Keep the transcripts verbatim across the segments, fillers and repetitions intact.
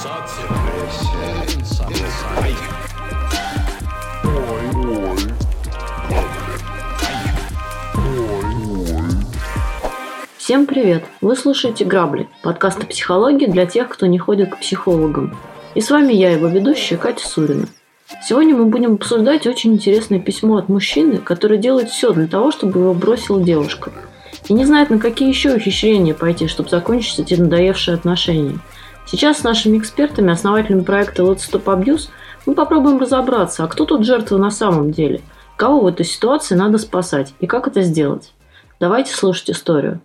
Всем привет! Вы слушаете «Грабли» – подкаст о психологии для тех, кто не ходит к психологам. И с вами я, его ведущая, Катя Сурина. Сегодня мы будем обсуждать очень интересное письмо от мужчины, который делает все для того, чтобы его бросила девушка. И не знает, на какие еще ухищрения пойти, чтобы закончить эти надоевшие отношения. Сейчас с нашими экспертами, основателями проекта Let's Stop Abuse, мы попробуем разобраться, а кто тут жертва на самом деле, кого в этой ситуации надо спасать и как это сделать. Давайте слушать историю.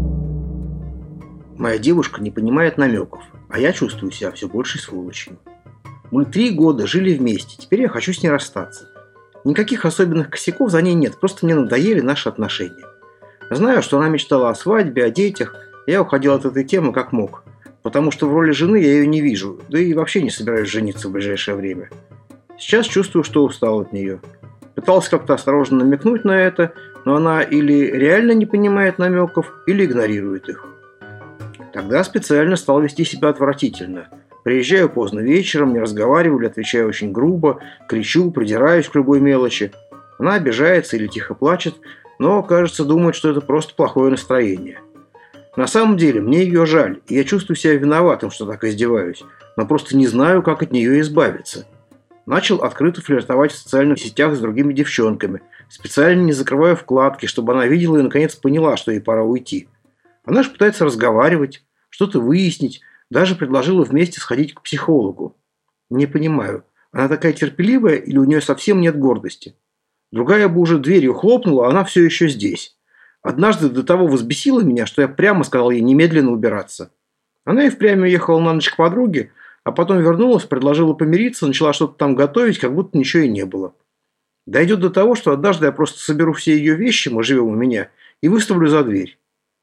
Моя девушка не понимает намеков, а я чувствую себя все большей сволочью. Мы три года жили вместе, теперь я хочу с ней расстаться. Никаких особенных косяков за ней нет, просто мне надоели наши отношения. Знаю, что она мечтала о свадьбе, о детях, и я уходил от этой темы как мог, потому что в роли жены я ее не вижу, да и вообще не собираюсь жениться в ближайшее время. Сейчас чувствую, что устал от нее. Пытался как-то осторожно намекнуть на это, но она или реально не понимает намеков, или игнорирует их. Тогда специально стал вести себя отвратительно. Приезжаю поздно вечером, не разговариваю или отвечаю очень грубо, кричу, придираюсь к любой мелочи. Она обижается или тихо плачет, но, кажется, думает, что это просто плохое настроение. На самом деле, мне ее жаль, и я чувствую себя виноватым, что так издеваюсь, но просто не знаю, как от нее избавиться. Начал открыто флиртовать в социальных сетях с другими девчонками, специально не закрывая вкладки, чтобы она видела и наконец поняла, что ей пора уйти. Она же пытается разговаривать, что-то выяснить, даже предложила вместе сходить к психологу. Не понимаю, она такая терпеливая или у нее совсем нет гордости? Другая бы уже дверью хлопнула, а она все еще здесь. Однажды до того взбесила меня, что я прямо сказал ей немедленно убираться. Она и впрямь уехала на ночь к подруге, а потом вернулась, предложила помириться, начала что-то там готовить, как будто ничего и не было. Дойдет до того, что однажды я просто соберу все ее вещи, мы живем у меня, и выставлю за дверь.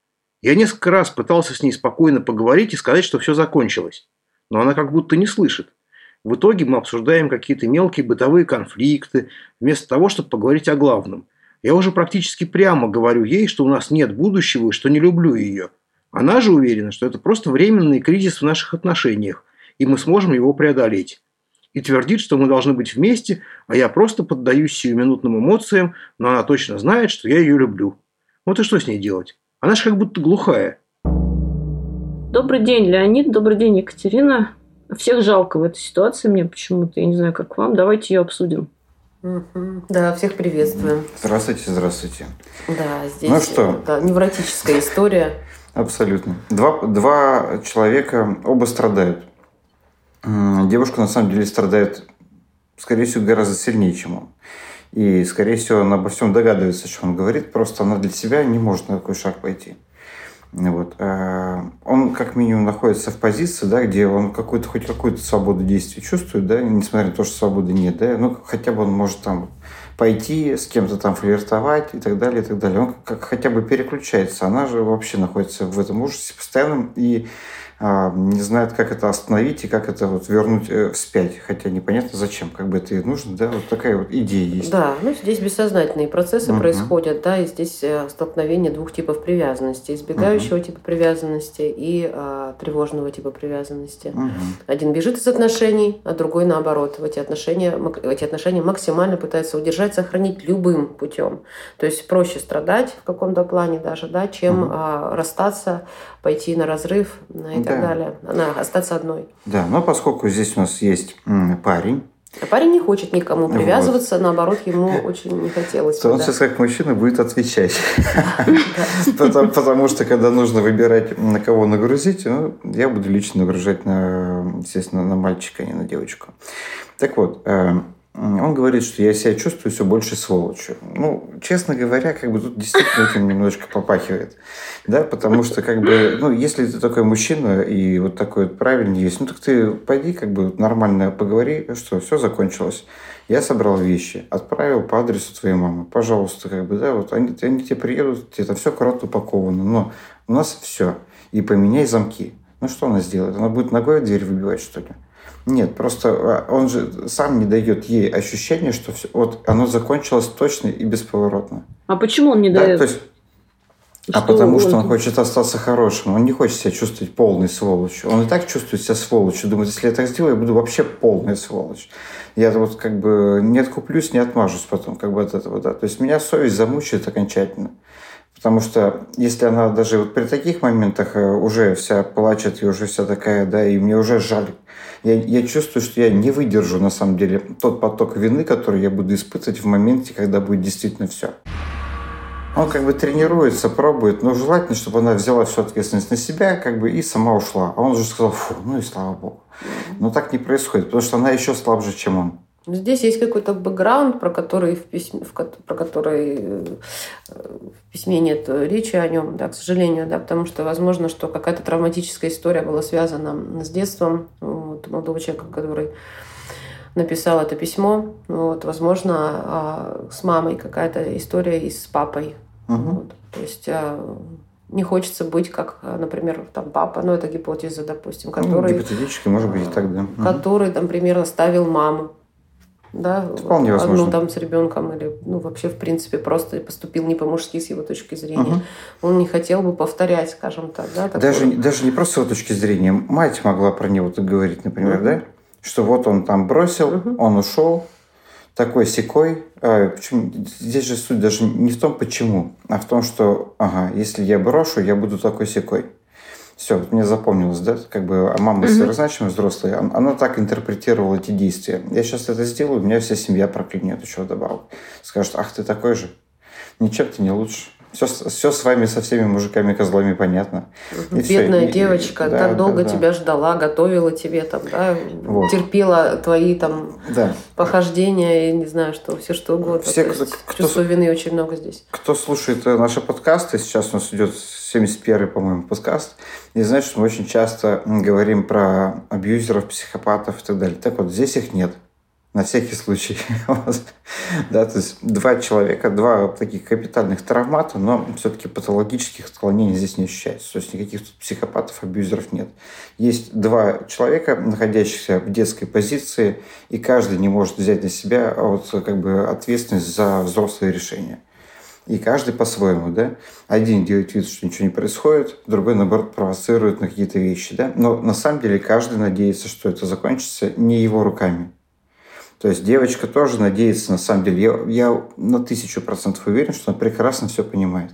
Я несколько раз пытался с ней спокойно поговорить и сказать, что все закончилось. Но она как будто не слышит. В итоге мы обсуждаем какие-то мелкие бытовые конфликты, вместо того, чтобы поговорить о главном. Я уже практически прямо говорю ей, что у нас нет будущего и что не люблю ее. Она же уверена, что это просто временный кризис в наших отношениях, и мы сможем его преодолеть. И твердит, что мы должны быть вместе, а я просто поддаюсь сиюминутным эмоциям, но она точно знает, что я ее люблю. Вот и что с ней делать? Она же как будто глухая. Добрый день, Леонид. Добрый день, Екатерина. Всех жалко в этой ситуации мне почему-то. Я не знаю, как вам. Давайте ее обсудим. Угу. Да, всех приветствуем. Здравствуйте, здравствуйте. Да, здесь ну что? Да, невротическая история. Абсолютно. Два, два человека, оба страдают. Девушка, на самом деле, страдает, скорее всего, гораздо сильнее, чем он. И, скорее всего, она обо всем догадывается, что он говорит, просто она для себя не может на такой шаг пойти. Вот. Он, как минимум, находится в позиции, да, где он какую-то, хоть какую-то свободу действий чувствует, да, несмотря на то, что свободы нет. Да, ну, хотя бы он может там пойти, с кем-то там флиртовать и так далее, и так далее. Он как хотя бы переключается. Она же вообще находится в этом ужасе постоянном и не знает, как это остановить и как это вот вернуть вспять. Хотя непонятно зачем, как бы это и нужно, да, вот такая вот идея есть. Да, ну здесь бессознательные процессы uh-huh. происходят, да, и здесь столкновение двух типов привязанности. Избегающего uh-huh. типа привязанности и а, тревожного типа привязанности. Uh-huh. Один бежит из отношений, а другой наоборот. В эти отношения, в эти отношения максимально пытается удержать, сохранить любым путем. То есть проще страдать в каком-то плане даже, да, чем uh-huh. а, расстаться, пойти на разрыв и так да. далее. Она остаться одной. Да, но поскольку здесь у нас есть парень. А парень не хочет никому привязываться, вот. Наоборот, ему очень не хотелось. То он сейчас как мужчина будет отвечать. Потому что, когда нужно выбирать, на кого нагрузить, я буду лично нагружать, естественно, на мальчика, а не на девочку. Так вот, он говорит, что я себя чувствую все больше сволочью. Ну, честно говоря, как бы тут действительно этим немножечко попахивает. Да, потому что, как бы, ну, если ты такой мужчина и вот такой вот правильный есть, ну, так ты пойди, как бы, нормально поговори, что все закончилось. Я собрал вещи, отправил по адресу твоей мамы. Пожалуйста, как бы, да, вот они, они тебе приедут, тебе там все аккуратно упаковано, но у нас все. И поменяй замки. Ну, что она сделает? Она будет ногой в дверь выбивать, что ли? Нет, просто он же сам не дает ей ощущения, что все, вот оно закончилось точно и бесповоротно. А почему он не да, дает? То есть, А потому он... что он хочет остаться хорошим. Он не хочет себя чувствовать полной сволочью. Он и так чувствует себя сволочью. Думает, если я так сделаю, я буду вообще полная сволочь. Я вот как бы не откуплюсь, не отмажусь потом как бы от этого. Да. То есть меня совесть замучает окончательно. Потому что если она даже вот при таких моментах уже вся плачет, и уже вся такая, да, и мне уже жаль. Я, я чувствую, что я не выдержу, на самом деле, тот поток вины, который я буду испытывать в моменте, когда будет действительно все. Он как бы тренируется, пробует, но желательно, чтобы она взяла всю ответственность на себя как бы, и сама ушла. А он уже сказал, фу, ну и слава богу. Но так не происходит, потому что она еще слабже, чем он. Здесь есть какой-то бэкграунд, про который в письме, в, про который в письме нет речи о нем, да, к сожалению, да, потому что возможно, что какая-то травматическая история была связана с детством вот, молодого человека, который написал это письмо. Вот, возможно, с мамой какая-то история и с папой. Угу. Вот, то есть не хочется быть как, например, там папа, ну это гипотеза, допустим, который, ну, гипотетически, может быть, и так, да. Который, например, оставил маму. Да, вполне вот, возможно. Одну там с ребенком или, ну, вообще, в принципе, просто поступил не по-мужски с его точки зрения. Угу. Он не хотел бы повторять, скажем так. Да, даже, даже не просто с его точки зрения. Мать могла про него так говорить, например, угу. да? Что вот он там бросил, угу. он ушел, такой-сякой. А, почему? Здесь же суть даже не в том, почему, а в том, что, ага, если я брошу, я буду такой-сякой. Все, вот мне запомнилось, да, как бы а мама mm-hmm. значимая, взрослая, она, она так интерпретировала эти действия. Я сейчас это сделаю, у меня вся семья проклянет, еще добавок. Скажет, ах, ты такой же, ничем ты не лучше. Все, все с вами, со всеми мужиками-козлами понятно. И бедная все. девочка, и, да, так долго да, тебя да. ждала, готовила тебе, там, да, вот. терпела твои там да. похождения, и не знаю, что, все что угодно. Все, кто, чувство кто, вины очень много здесь. Кто слушает наши подкасты, сейчас у нас идет семьдесят первый, по-моему, подкаст, и знает, что мы очень часто говорим про абьюзеров, психопатов и так далее. Так вот, здесь их нет. На всякий случай. Да, то есть два человека, два таких капитальных травмата, но все-таки патологических отклонений здесь не ощущается. То есть никаких тут психопатов, абьюзеров нет. Есть два человека, находящихся в детской позиции, и каждый не может взять на себя вот, как бы, ответственность за взрослые решения. И каждый по-своему, да. Один делает вид, что ничего не происходит, другой, наоборот, провоцирует на какие-то вещи, да. Но на самом деле каждый надеется, что это закончится не его руками. То есть девочка тоже надеется, на самом деле, я, я на тысячу процентов уверен, что она прекрасно все понимает.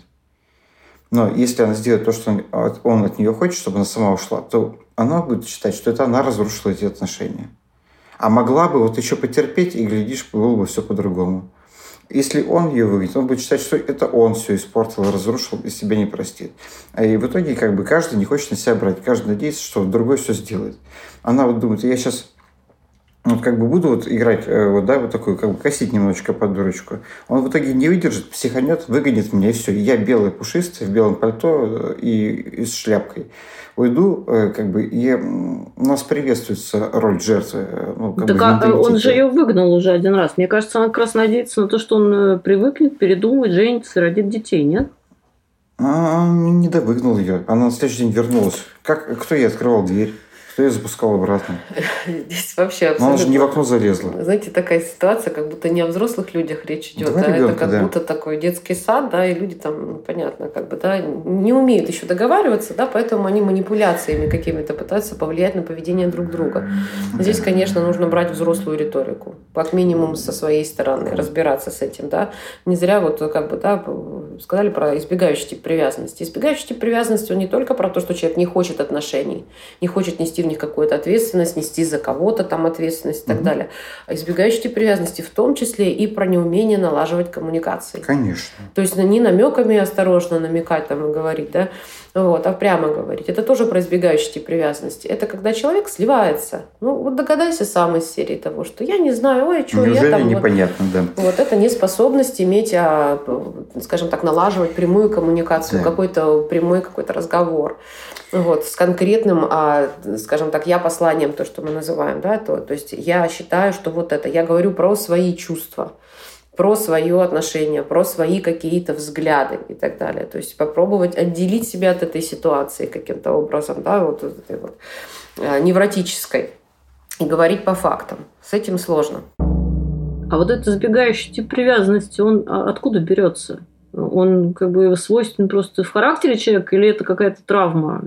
Но если она сделает то, что он, он от нее хочет, чтобы она сама ушла, то она будет считать, что это она разрушила эти отношения. А могла бы вот еще потерпеть, и, глядишь, было бы все по-другому. Если он ее выгонит, он будет считать, что это он все испортил, разрушил и себя не простит. И в итоге как бы каждый не хочет на себя брать, каждый надеется, что другой все сделает. Она вот думает, я сейчас... Вот как бы буду вот играть, вот, да, вот такую, как бы косить немножечко под дурочку. Он в итоге не выдержит, психанет, выгонит меня, и все. Я белый пушистый, в белом пальто и, и с шляпкой. Уйду, как бы, и у нас приветствуется роль жертвы. Ну, как так бы, а он же ее выгнал уже один раз. Мне кажется, она как раз надеется на то, что он привыкнет, передумает, женится и родит детей, нет? А, не довыгнал ее. Она на следующий день вернулась. Как, кто ей открывал дверь? Кто ее запускал обратно? Здесь вообще абсолютно... Но она же не в окно залезла. Знаете, такая ситуация, как будто не о взрослых людях речь идет, а это как да. будто такой детский сад, да, и люди там, понятно, как бы, да, не умеют еще договариваться, да, поэтому они манипуляциями какими-то пытаются повлиять на поведение друг друга. Здесь, конечно, нужно брать взрослую риторику, как минимум со своей стороны, разбираться с этим, да. Не зря вот, как бы, да, сказали про избегающий тип привязанности. Избегающий тип привязанности, он не только про то, что человек не хочет отношений, не хочет нести в них какую-то ответственность, нести за кого-то там ответственность и так mm-hmm. далее. А избегающий тип привязанности в том числе и про неумение налаживать коммуникации. Конечно. То есть не намеками осторожно намекать там и говорить, да, вот, а прямо говорить. Это тоже про избегающий тип привязанности. Это когда человек сливается. Ну, вот догадайся сам из серии того, что я не знаю, ой, что Неужели я там... непонятно, вот, да. Вот это неспособность иметь, а, скажем так, налаживать прямую коммуникацию, да. какой-то прямой какой-то разговор. Вот, с конкретным, а, скажем так, я-посланием, то, что мы называем, да, то, то есть я считаю, что вот это, я говорю про свои чувства, про свое отношение, про свои какие-то взгляды и так далее. То есть попробовать отделить себя от этой ситуации каким-то образом, да, вот этой вот невротической, и говорить по фактам. С этим сложно. А вот этот избегающий тип привязанности, он откуда берется? Он как бы свойственен просто в характере человека или это какая-то травма?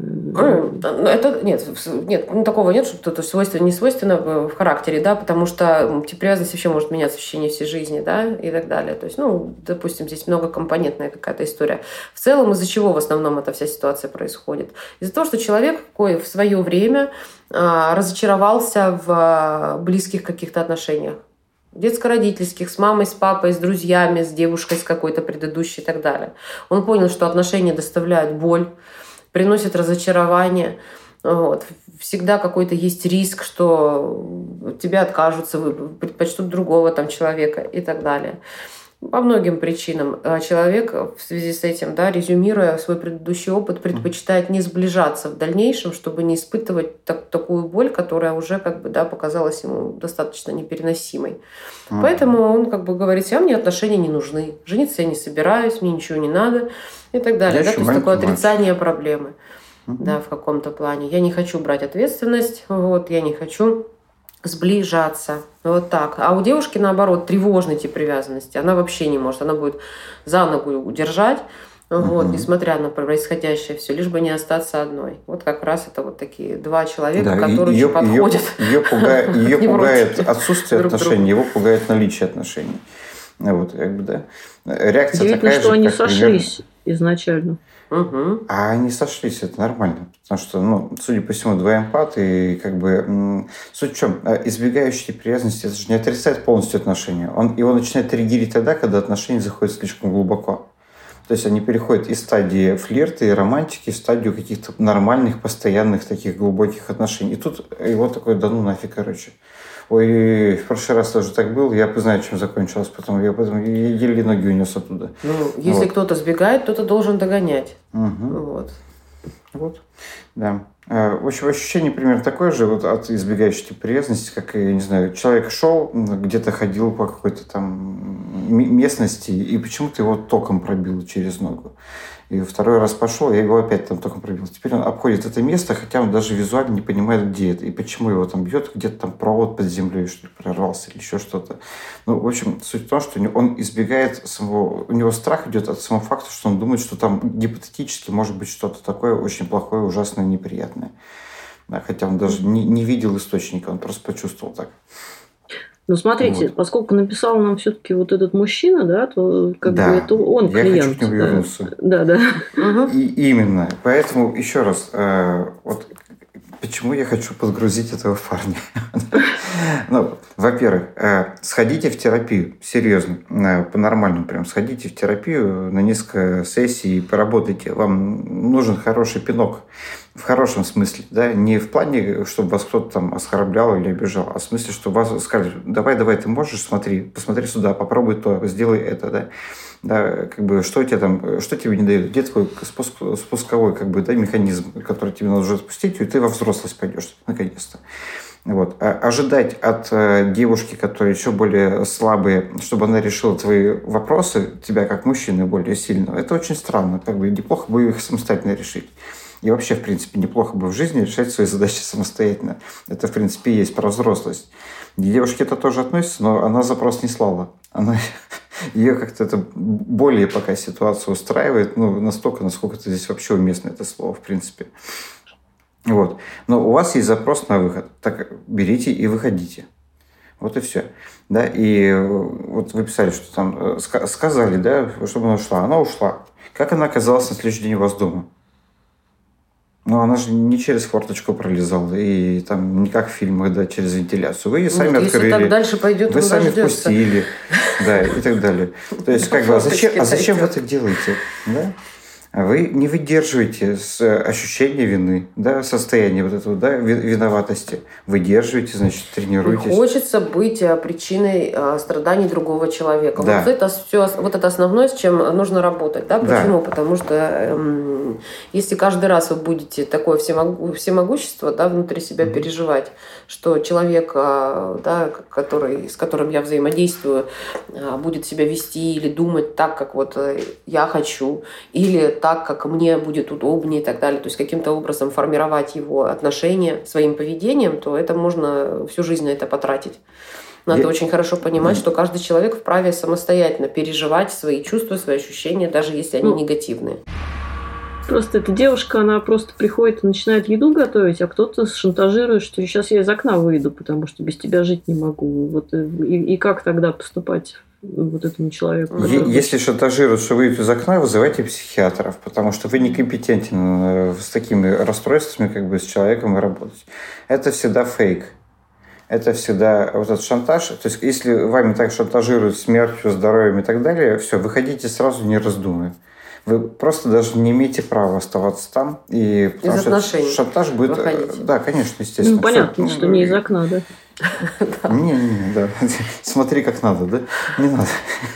Это нет, нет, ну, такого нет, что это свойственно, не свойственно в характере, да, потому что тип привязанности вообще может меняться в течение всей жизни, да, и так далее. То есть, ну, допустим, здесь многокомпонентная какая-то история. В целом, из-за чего в основном эта вся ситуация происходит? Из-за того, что человек какой в свое время разочаровался в близких каких-то отношениях. Детско-родительских, с мамой, с папой, с друзьями, с девушкой, с какой-то предыдущей и так далее. Он понял, что отношения доставляют боль, приносят разочарование. Вот. Всегда какой-то есть риск, что тебя откажутся, предпочтут другого там человека и так далее. По многим причинам человек в связи с этим, да, резюмируя свой предыдущий опыт, предпочитает не сближаться в дальнейшем, чтобы не испытывать так, такую боль, которая уже как бы, да, показалась ему достаточно непереносимой. Mm-hmm. Поэтому он как бы говорит, а мне отношения не нужны, жениться я не собираюсь, мне ничего не надо и так далее. Да, то есть такое отрицание мальчик. проблемы mm-hmm. да, в каком-то плане. Я не хочу брать ответственность, вот, я не хочу сближаться. Вот так. А у девушки, наоборот, тревожный тип привязанности. Она вообще не может. Она будет за ногу удержать, uh-huh. вот, несмотря на происходящее все, лишь бы не остаться одной. Вот как раз это вот такие два человека, да, которые ее, подходят. Ее, ее пугает, ее пугает отсутствие отношений, его пугает наличие отношений. Вот, как бы, да. Реакция Удивительно, такая что же, они как сошлись примерно... изначально. Угу. А они сошлись, это нормально. Потому что, ну, судя по всему, два эмпата, и как бы... М- суть в чем? Избегающий привязанности, это же не отрицает полностью отношения. Он, его начинает триггерить тогда, когда отношения заходят слишком глубоко. То есть они переходят из стадии флирта и романтики в стадию каких-то нормальных, постоянных, таких глубоких отношений. И тут его такой, да ну нафиг, короче. Ой, в прошлый раз тоже так был, я знаю, чем закончилось потом. Я потом еле ноги унес оттуда. Ну, если вот. Кто-то сбегает, кто-то должен догонять. Угу. Вот. Вот, да. В общем, ощущение примерно такое же вот от избегающей типа привязанности, как, я не знаю, человек шел, где-то ходил по какой-то там местности, и почему-то его током пробило через ногу. И второй раз пошел, я его опять там током пробил. Теперь он обходит это место, хотя он даже визуально не понимает, где это, и почему его там бьет, где-то там провод под землей, что ли, прорвался или еще что-то. Ну, в общем, суть в том, что он избегает самого... У него страх идет от самого факта, что он думает, что там гипотетически может быть что-то такое очень плохое, ужасное, неприятное. Да, хотя он даже не, не видел источника, он просто почувствовал так. Ну, смотрите, вот. Поскольку написал нам все-таки вот этот мужчина, да, то как да, бы это он я клиент. Я хочу к нему вернуться. Да, да. да. И, именно. Поэтому, еще раз, э, вот почему я хочу подгрузить этого парня? Ну, во-первых, э, сходите в терапию, серьезно, э, по-нормальному прям сходите в терапию на несколько сессий, поработайте. Вам нужен хороший пинок. В хорошем смысле, да, не в плане, чтобы вас кто-то там оскорблял или обижал, а в смысле, что вас сказали, давай, давай, ты можешь, смотри, посмотри сюда, попробуй то, сделай это, да, да, как бы, что тебе там, что тебе не дают, где твой спуск, спусковой, как бы, да, механизм, который тебе надо уже запустить, и ты во взрослость пойдешь, наконец-то. Вот. А ожидать от э, девушки, которая еще более слабые, чтобы она решила твои вопросы, тебя как мужчины более сильного, это очень странно, как бы, неплохо бы их самостоятельно решить. И вообще, в принципе, неплохо бы в жизни решать свои задачи самостоятельно. Это, в принципе, и есть про взрослость. К девушке это тоже относится, но она запрос не слала. Она... Ее как-то это более пока ситуация устраивает, ну, настолько, насколько это здесь вообще уместно, это слово, в принципе. Вот. Но у вас есть запрос на выход. Так берите и выходите. Вот и все. Да? И вот вы писали, что там сказали, да, чтобы она ушла. Она ушла. Как она оказалась на следующий день у вас дома? Ну, она же не через форточку пролезала, и там не как в фильмах, да, через вентиляцию. Вы ее сами Нет, открыли. Если так дальше пойдет, вы сами дождется. Впустили, да, и так далее. То есть, как бы, а зачем, а зачем вы это делаете? Да? Вы не выдерживаете с ощущения вины, да, состояния вот этого, да, виноватости. Выдерживаете, значит, тренируетесь. И хочется быть причиной страданий другого человека. Да. Вот это все, вот это основное, с чем нужно работать, да? Почему? Да. Потому что эм, если каждый раз вы будете такое всемогу, всемогущество, да, внутри себя mm-hmm. переживать, что человек, да, который, с которым я взаимодействую, будет себя вести или думать так, как вот я хочу, или так, как мне будет удобнее и так далее, то есть каким-то образом формировать его отношения своим поведением, то это можно всю жизнь на это потратить. Надо Я... очень хорошо понимать, что каждый человек вправе самостоятельно переживать свои чувства, свои ощущения, даже если они ну, негативные. Просто эта девушка, она просто приходит и начинает еду готовить, а кто-то шантажирует, что сейчас я из окна выйду, потому что без тебя жить не могу. Вот и, и как тогда поступать вот этому человеку? Е- если шантажируют, что выйдет из окна, вызывайте психиатров, потому что вы некомпетентны с такими расстройствами, как бы с человеком работать. Это всегда фейк. Это всегда вот этот шантаж. То есть, если вами так шантажируют смертью, здоровьем и так далее, все, выходите сразу, не раздумывая. Вы просто даже не имеете права оставаться там. И, потому из что отношений шантаж будет... выходите. Да, конечно, естественно. Ну, понятно, Все. что не из окна, да? Не, не, да. Смотри, как надо, да? Не надо.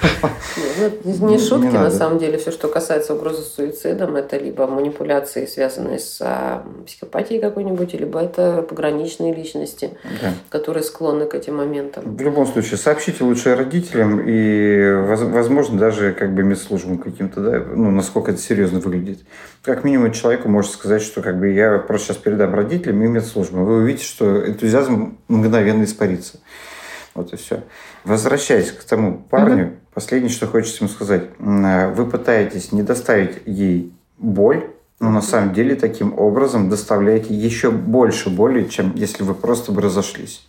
Нет, не шутки, не на самом деле. Все, что касается угрозы суицидом, это либо манипуляции, связанные с а, психопатией какой-нибудь, либо это пограничные личности, да. которые склонны к этим моментам. В любом случае, сообщите лучше родителям и, возможно, даже как бы медслужбам каким-то, да, ну, насколько это серьезно выглядит. Как минимум, человеку может сказать, что как бы я просто сейчас передам родителям и медслужбам. Вы увидите, что энтузиазм мгновенно испарится. Вот и все. Возвращаясь к тому парню, угу. последнее, что хочется ему сказать. Вы пытаетесь не доставить ей боль, но на самом деле таким образом доставляете еще больше боли, чем если вы просто бы разошлись.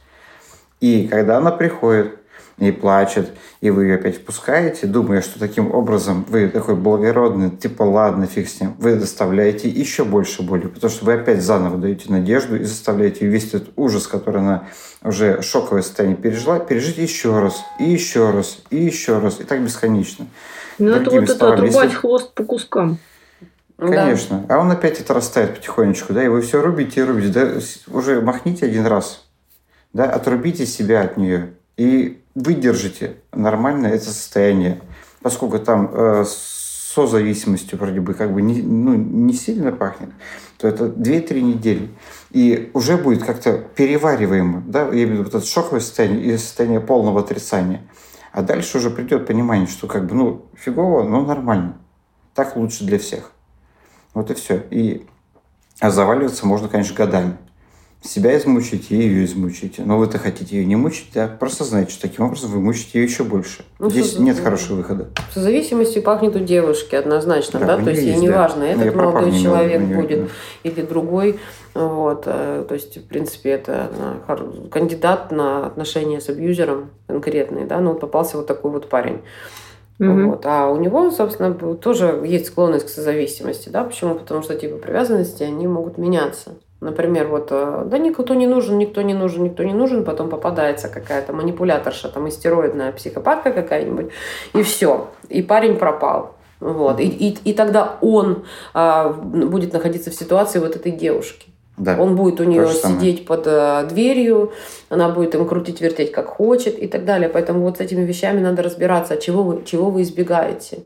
И когда она приходит и плачет, и вы ее опять впускаете, думая, что таким образом вы такой благородный, типа ладно, фиг с ним, вы доставляете еще больше боли, потому что вы опять заново даете надежду и заставляете ее весь этот ужас, который она уже шоковое состояние пережила, пережить еще раз, и еще раз, и еще раз, и так бесконечно. Ну это вот это отрубать если... хвост по кускам. Конечно. Да. А он опять отрастает потихонечку, да, и вы все рубите и рубите, да, уже махните один раз, да, отрубите себя от нее. И выдержите нормально это состояние, поскольку там э, созависимостью вроде бы как бы не, ну, не сильно пахнет, то это две-три недели. И уже будет как-то перевариваемо, да, я имею в виду вот это шоковое состояние и состояние полного отрицания. А дальше уже придет понимание, что как бы, ну, фигово, но нормально. Так лучше для всех. Вот и все. И а заваливаться можно, конечно, годами. Себя измучите и ее измучите. Но вы-то хотите ее не мучить, да? Просто знайте, что таким образом вы мучите ее еще больше. Ну, Здесь нет да. хорошего выхода. С зависимостью пахнет у девушки однозначно, да? да? То есть ей не да. важно, этот я молодой человек не будет да. или другой. Вот. То есть, в принципе, это кандидат на отношения с абьюзером конкретный, да? Но вот попался вот такой вот парень. Mm-hmm. Вот. А у него, собственно, тоже есть склонность к созависимости, да? Почему? Потому что типы привязанности, они могут меняться. Например, вот, да никто не нужен, никто не нужен, никто не нужен, потом попадается какая-то манипуляторша, там, истероидная психопатка какая-нибудь, и все, и парень пропал. Вот. И, и, и тогда он а, будет находиться в ситуации вот этой девушки. Да, он будет у нее сидеть под а, дверью, она будет им крутить-вертеть как хочет и так далее. Поэтому вот с этими вещами надо разбираться, чего вы, чего вы избегаете.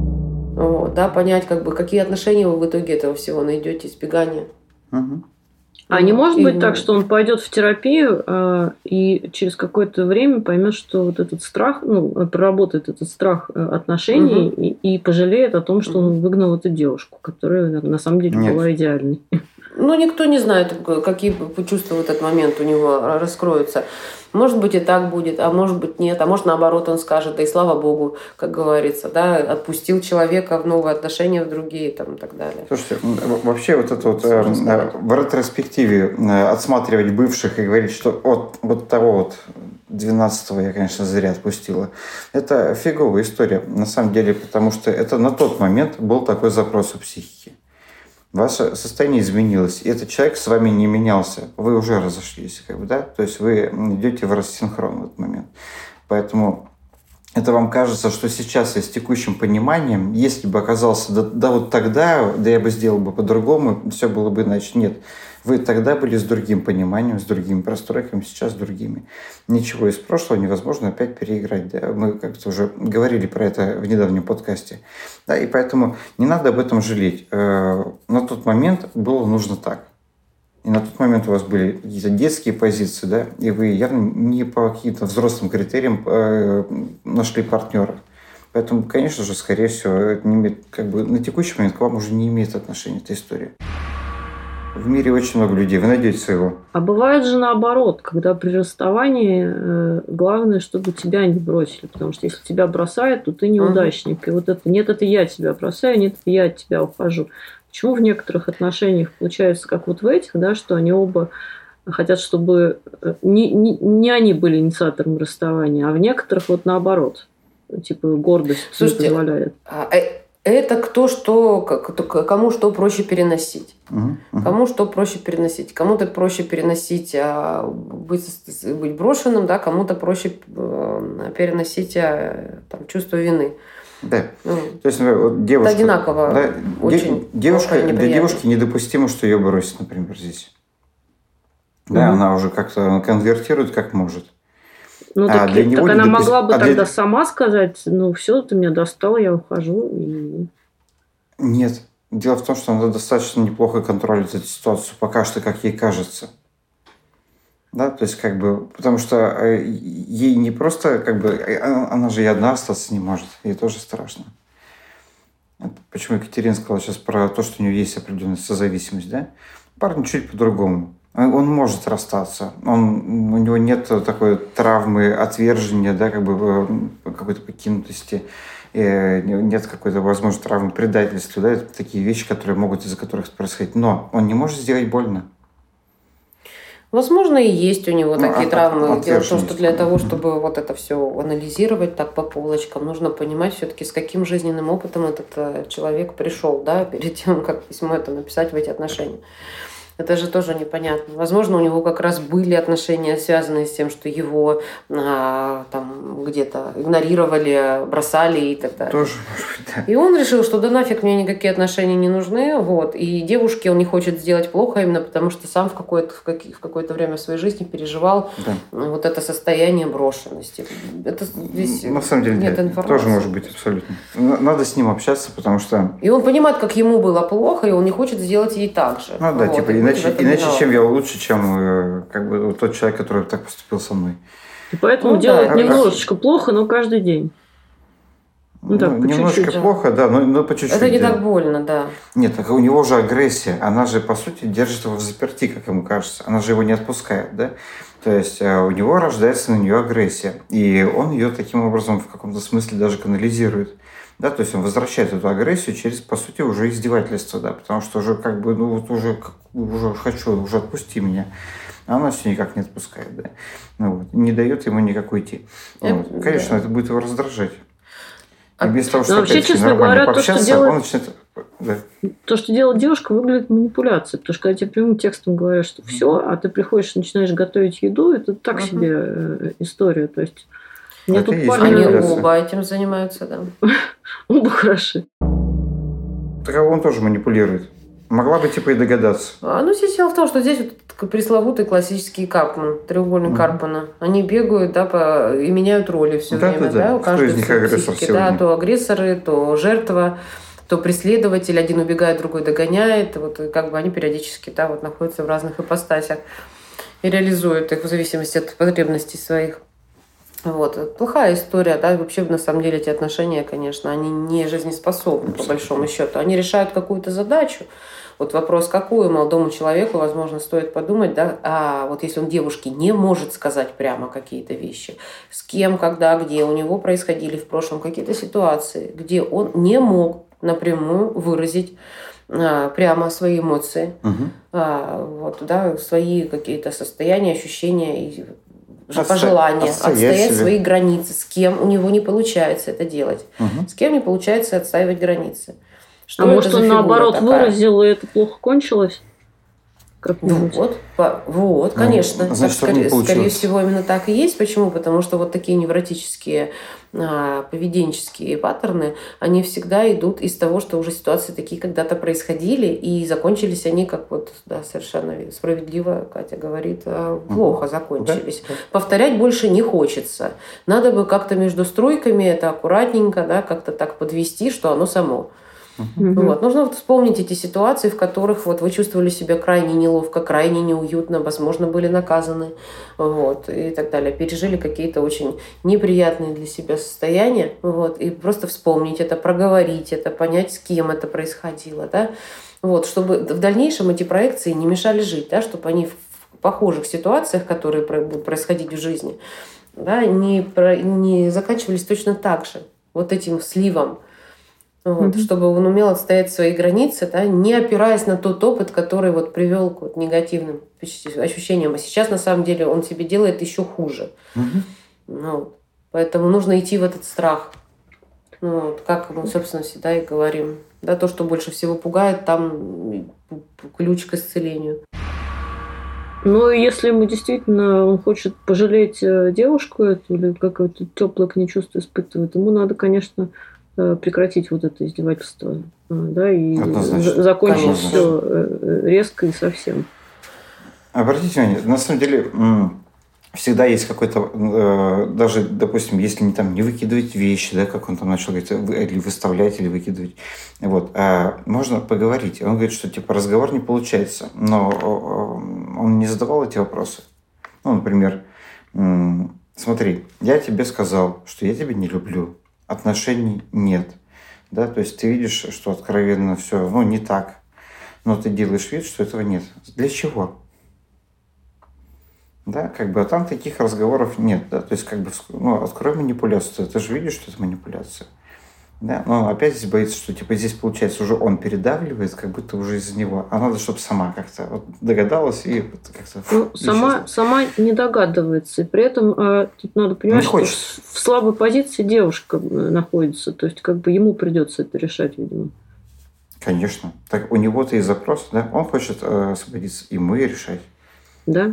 Вот, да, понять, как бы, какие отношения вы в итоге этого всего найдете, избегание. Угу. А не может быть так, что он пойдет в терапию э, и через какое-то время поймет, что вот этот страх, ну, проработает этот страх отношений угу. и, и пожалеет о том, что угу. он выгнал эту девушку, которая на самом деле Нет. была идеальной. Ну, никто не знает, какие чувства в этот момент у него раскроются. Может быть, и так будет, а может быть, нет. А может, наоборот, он скажет, да и слава богу, как говорится, да, отпустил человека в новые отношения, в другие там, и так далее. Слушайте, вообще вот это вот э, в ретроспективе отсматривать бывших и говорить, что от вот того вот двенадцатого я, конечно, зря отпустила. Это фиговая история, на самом деле, потому что это на тот момент был такой запрос у психики. Ваше состояние изменилось, и этот человек с вами не менялся. Вы уже разошлись, как бы, да? То есть вы идете в рассинхрон в этот момент. Поэтому это вам кажется, что сейчас я с текущим пониманием, если бы оказался, да, да вот тогда, да я бы сделал бы по-другому, все было бы иначе. Нет. Вы тогда были с другим пониманием, с другими простройками, сейчас с другими. Ничего из прошлого невозможно опять переиграть. Да? Мы как-то уже говорили про это в недавнем подкасте. Да? И поэтому не надо об этом жалеть. На тот момент было нужно так. И на тот момент у вас были какие-то детские позиции, да? И вы явно не по каким-то взрослым критериям нашли партнера. Поэтому, конечно же, скорее всего, это не имеет, как бы, на текущий момент к вам уже не имеет отношения эта история. В мире очень много людей, вы найдете своего. А бывает же наоборот, когда при расставании э, главное, чтобы тебя не бросили, потому что если тебя бросают, то ты неудачник. И вот это нет, это я тебя бросаю, нет, это я от тебя ухожу. Почему в некоторых отношениях получается, как вот в этих, да, что они оба хотят, чтобы не, не, не они были инициатором расставания, а в некоторых вот наоборот. Типа гордость Слушайте, не позволяет. Это кто что, кому что проще переносить. Uh-huh, uh-huh. Кому что проще переносить. Кому-то проще переносить а, быть, быть брошенным, да, кому-то проще а, переносить а, там, чувство вины. Да. Ну, то есть, вот девушка, это одинаково. Да, очень девушка, для девушки недопустимо, что ее бросят, например, здесь. Да, uh-huh. Она уже как-то конвертирует как может. Ну, а так, для него так она недопис... могла бы а тогда для... сама сказать, ну все, ты меня достал, я ухожу. И... Нет. Дело в том, что она достаточно неплохо контролирует эту ситуацию, пока что, как ей кажется. Да, то есть, как бы, потому что ей не просто, как бы, она же и одна остаться не может, ей тоже страшно. Почему Екатерина сказала сейчас про то, что у нее есть определенная созависимость, да? Парень чуть по-другому. Он может расстаться, он, у него нет такой травмы отвержения, да, как бы какой-то покинутости, нет какой-то, возможно, травмы предательства, да, это такие вещи, которые могут из-за которых происходить, но он не может сделать больно. Возможно, и есть у него ну, такие от, травмы. Дело в том, что для того, чтобы mm-hmm. вот это все анализировать так по полочкам, нужно понимать все-таки, с каким жизненным опытом этот человек пришел, да, перед тем, как письмо это написать в эти отношения. Это же тоже непонятно. Возможно, у него как раз были отношения, связанные с тем, что его а, там где-то игнорировали, бросали и так далее. Тоже, может быть, да. И он решил, что да нафиг мне никакие отношения не нужны. Вот. И девушке он не хочет сделать плохо именно потому, что сам в какое-то, в какие, в какое-то время в своей жизни переживал да. вот это состояние брошенности. Это здесь на самом деле нет да, информации. Тоже может быть абсолютно. Надо с ним общаться, потому что... И он понимает, как ему было плохо, и он не хочет сделать ей так же. Ну да, вот. типа Иначе, иначе чем я лучше, чем как бы, тот человек, который так поступил со мной. И поэтому ну, делать да, немножечко плохо, но каждый день. Ну, так, ну, немножко чуть-чуть. плохо, да, но, но по чуть-чуть. Это не да. так больно, да. Нет, так у него же агрессия. Она же, по сути, держит его в заперти, как ему кажется. Она же его не отпускает, да? То есть у него рождается на нее агрессия. И он ее таким образом в каком-то смысле даже канализирует. Да, то есть он возвращает эту агрессию через, по сути, уже издевательство, да, потому что уже как бы, ну вот уже, уже хочу, уже отпусти меня. А она все никак не отпускает, да. Ну, вот, не дает ему никак уйти. Вот. Это, Конечно, да. это будет его раздражать. И без того, что вообще, честно говоря, то, что делает... он начнет... Да. То, что делает девушка, выглядит манипуляцией. Потому что когда тебе прямым текстом говорят, что все, а ты приходишь и начинаешь готовить еду, это так uh-huh. себе история. То есть мне тут парни Они оба этим занимаются, да. Оба хороши. Так он тоже манипулирует. Могла бы типа и догадаться. А, ну, здесь дело в том, что здесь вот пресловутый классический Карпман, треугольник mm-hmm. Карпмана. Они бегают, да, по... и меняют роли все да, время, да, да? У каждой из них агрессор сегодня. Да, то агрессоры, то жертва, то преследователь. Один убегает, другой догоняет. Вот как бы они периодически, да, вот находятся в разных ипостасях и реализуют их в зависимости от потребностей своих. Вот. Плохая история, да, вообще, на самом деле, эти отношения, конечно, они не жизнеспособны, по большому счету. Они решают какую-то задачу. Вот вопрос, какую молодому человеку, возможно, стоит подумать, да, а вот если он девушке не может сказать прямо какие-то вещи, с кем, когда, где у него происходили в прошлом какие-то ситуации, где он не мог напрямую выразить а, прямо свои эмоции, угу. а, вот, да, свои какие-то состояния, ощущения и пожелания, отстоять, отстоять свои границы, с кем у него не получается это делать, угу. с кем не получается отстаивать границы. Что а может, он наоборот такая? Выразил, и это плохо кончилось? Вот, вот, конечно. Ну, значит, скорее, скорее всего, именно так и есть. Почему? Потому что вот такие невротические, а, поведенческие паттерны, они всегда идут из того, что уже ситуации такие когда-то происходили, и закончились они, как вот, да, совершенно справедливо Катя говорит, плохо закончились. Да? Повторять больше не хочется. Надо бы как-то между струйками это аккуратненько, да, как-то так подвести, что оно само. Uh-huh. Вот. Нужно вот вспомнить эти ситуации, в которых вот вы чувствовали себя крайне неловко, крайне неуютно, возможно, были наказаны, вот, и так далее. Пережили какие-то очень неприятные для себя состояния. Вот, и просто вспомнить это, проговорить это, понять, с кем это происходило. Да? Вот, чтобы в дальнейшем эти проекции не мешали жить, да, чтобы они в похожих ситуациях, которые будут происходить в жизни, да, не, про, не заканчивались точно так же, вот этим сливом. Вот, mm-hmm. Чтобы он умел отстоять свои границы, да, не опираясь на тот опыт, который вот привел к вот негативным ощущениям. А сейчас, на самом деле, он себе делает еще хуже. Mm-hmm. Ну, поэтому нужно идти в этот страх. Ну, вот, как мы, собственно, всегда и говорим. Да, то, что больше всего пугает, там ключ к исцелению. Ну, если ему действительно он хочет пожалеть девушку эту или какое-то теплое к ней чувство испытывает, ему надо, конечно, прекратить вот это издевательство, да, и Однозначно. закончить Конечно. все резко и совсем. Обратите внимание, на самом деле всегда есть какой-то, даже, допустим, если не там не выкидывать вещи, да, как он там начал говорить, или выставлять, или выкидывать, вот, можно поговорить. Он говорит, что типа разговор не получается, но он не задавал эти вопросы. Ну, например, смотри, я тебе сказал, что я тебя не люблю. Отношений нет. Да? То есть ты видишь, что откровенно все ну, не так, но ты делаешь вид, что этого нет. Для чего? Да, как бы, а там таких разговоров нет. Да? То есть, как бы, ну, открой манипуляцию. Ты же видишь, что это манипуляция. Да? Но опять здесь боится, что типа здесь, получается, уже он передавливает, как будто уже из-за него. А надо, чтобы сама как-то вот догадалась и вот как-то... Ну, сама, сама не догадывается. И при этом а, тут надо понимать, что в слабой позиции девушка находится. То есть, как бы ему придется это решать, видимо. Конечно. Так у него-то и запрос, да? Он хочет э, освободиться, и мы решать. Да.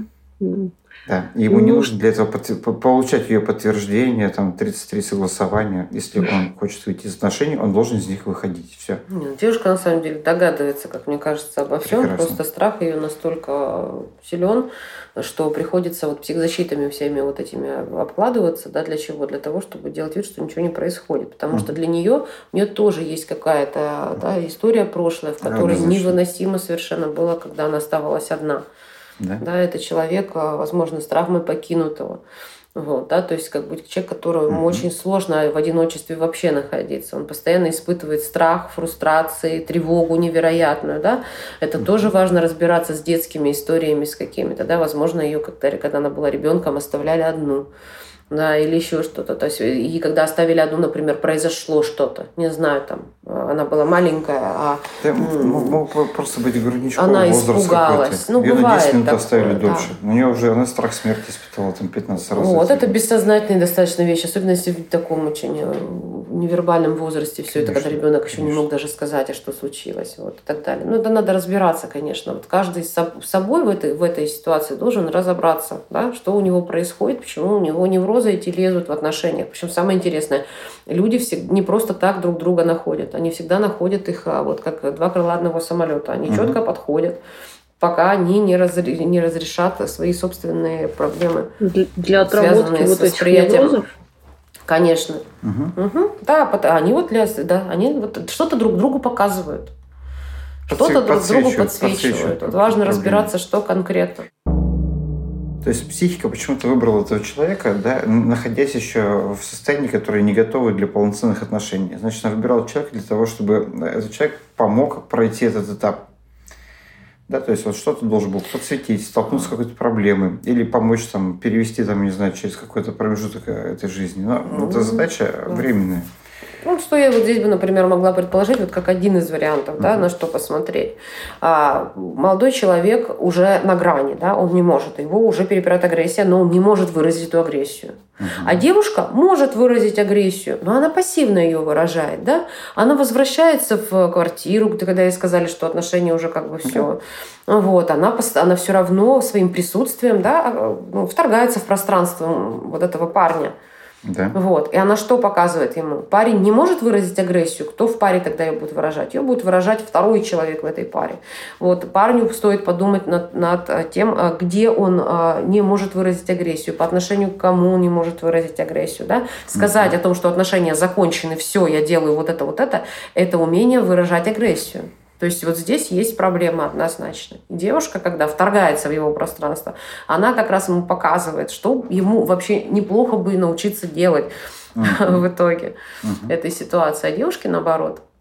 Да, и ему ну, не нужно для этого получать ее подтверждение, там, тридцать три согласования. Если он хочет выйти из отношений, он должен из них выходить. Все. Девушка, на самом деле, догадывается, как мне кажется, обо всем. Прекрасно. Просто страх ее настолько силен, что приходится вот психозащитами всеми вот этими обкладываться. Да, для чего? Для того, чтобы делать вид, что ничего не происходит. Потому mm-hmm. что для нее, у нее тоже есть какая-то да, история прошлая, в которой да, невыносимо совершенно было, когда она оставалась одна. Да. Да, это человек, возможно, с травмой покинутого. Вот, да, то есть как бы человек, которому uh-huh. очень сложно в одиночестве вообще находиться. Он постоянно испытывает страх, фрустрации, тревогу невероятную. Да? Это uh-huh. тоже важно разбираться с детскими историями, с какими-то. Да? Возможно, ее, когда, когда она была ребенком, оставляли одну. Да, или еще что-то. То есть, и когда оставили одну, например, произошло что-то, не знаю, там, она была маленькая, а... Да, мог просто быть грудничковый она возраст испугалась. Ну, ее на десять минут такое, оставили да. дольше. У нее уже, она страх смерти испытала там пятнадцать раз. Вот, это бессознательная достаточно вещь, особенно если в таком очень невербальном возрасте все это, когда ребенок еще не мог даже сказать, а что случилось, вот, и так далее. Ну, это надо разбираться, конечно. Вот каждый с собой в этой, в этой ситуации должен разобраться, да, что у него происходит, почему у него неврозы эти лезут в отношениях. Причем самое интересное, люди всегда не просто так друг друга находят, они всегда находят их вот как два крыла одного самолета. Они угу. четко подходят, пока они не, разре, не разрешат свои собственные проблемы. Для, для отработки вот этих неврозов? Конечно. Угу. Угу. Да, они вот для, да, они вот что-то друг другу показывают. Что-то друг другу подсвечивают. Вот важно разбираться, что конкретно. То есть психика почему-то выбрала этого человека, да, находясь еще в состоянии, которое не готово для полноценных отношений. Значит, она выбирала человека для того, чтобы этот человек помог пройти этот этап. Да, то есть вот что-то должен был подсветить, столкнуться с какой-то проблемой или помочь там, перевести, там, не знаю, через какой-то промежуток этой жизни. Но mm-hmm. эта задача временная. Ну, что я вот здесь бы, например, могла предположить, вот как один из вариантов, uh-huh. да, на что посмотреть. А, молодой человек уже на грани, да, он не может, его уже перепирает агрессия, но он не может выразить эту агрессию. Uh-huh. А девушка может выразить агрессию, но она пассивно ее выражает, да. Она возвращается в квартиру, где, когда ей сказали, что отношения уже как бы все. Uh-huh. Вот, она, она все равно своим присутствием, да, ну, вторгается в пространство вот этого парня. Да. Вот. И она что показывает ему? Парень не может выразить агрессию. Кто в паре тогда ее будет выражать? Ее будет выражать второй человек в этой паре. Вот. Парню стоит подумать над, над тем, где он не может выразить агрессию, по отношению к кому он не может выразить агрессию. Да? Сказать mm-hmm. о том, что отношения закончены, все, я делаю вот это, вот это, это умение выражать агрессию. То есть вот здесь есть проблема однозначно. И девушка, когда вторгается в его пространство, она как раз ему показывает, что ему вообще неплохо бы научиться делать uh-huh. в итоге uh-huh. этой ситуации. А девушке, наоборот,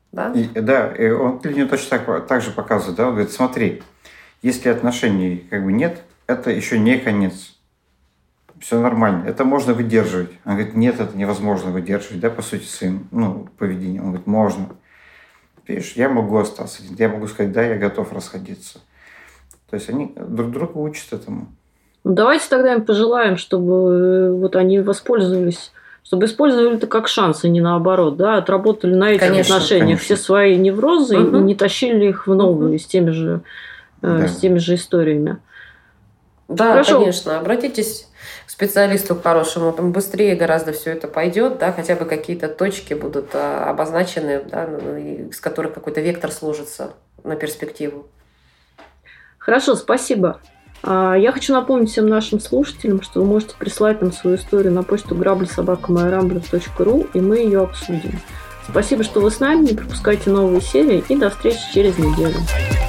Да, и, да, и он клиент точно так, так же показывает, да, он говорит, смотри, если отношений как бы нет, это еще не конец. Все нормально, это можно выдерживать. Он говорит, нет, это невозможно выдерживать, да, по сути, своим ну, поведением. Он говорит, можно. Видишь, я могу остаться, я могу сказать, да, я готов расходиться. То есть они друг друга учат этому. Давайте тогда им пожелаем, чтобы вот они воспользовались, чтобы использовали это как шанс, а не наоборот, да, отработали на этих Конечно, отношениях конечно. все свои неврозы Угу. и не тащили их в новые Угу. с теми же, Да. э, с теми же историями. Да, Хорошо. конечно. Обратитесь к специалисту к хорошему, там быстрее гораздо все это пойдет, да, хотя бы какие-то точки будут а, обозначены, да, ну, и с которых какой-то вектор сложится на перспективу. Хорошо, спасибо. А, Я хочу напомнить всем нашим слушателям, что вы можете прислать нам свою историю на почту грабли собака майрамблер точка ру, и мы ее обсудим. Спасибо, что вы с нами, не пропускайте новые серии, и до встречи через неделю.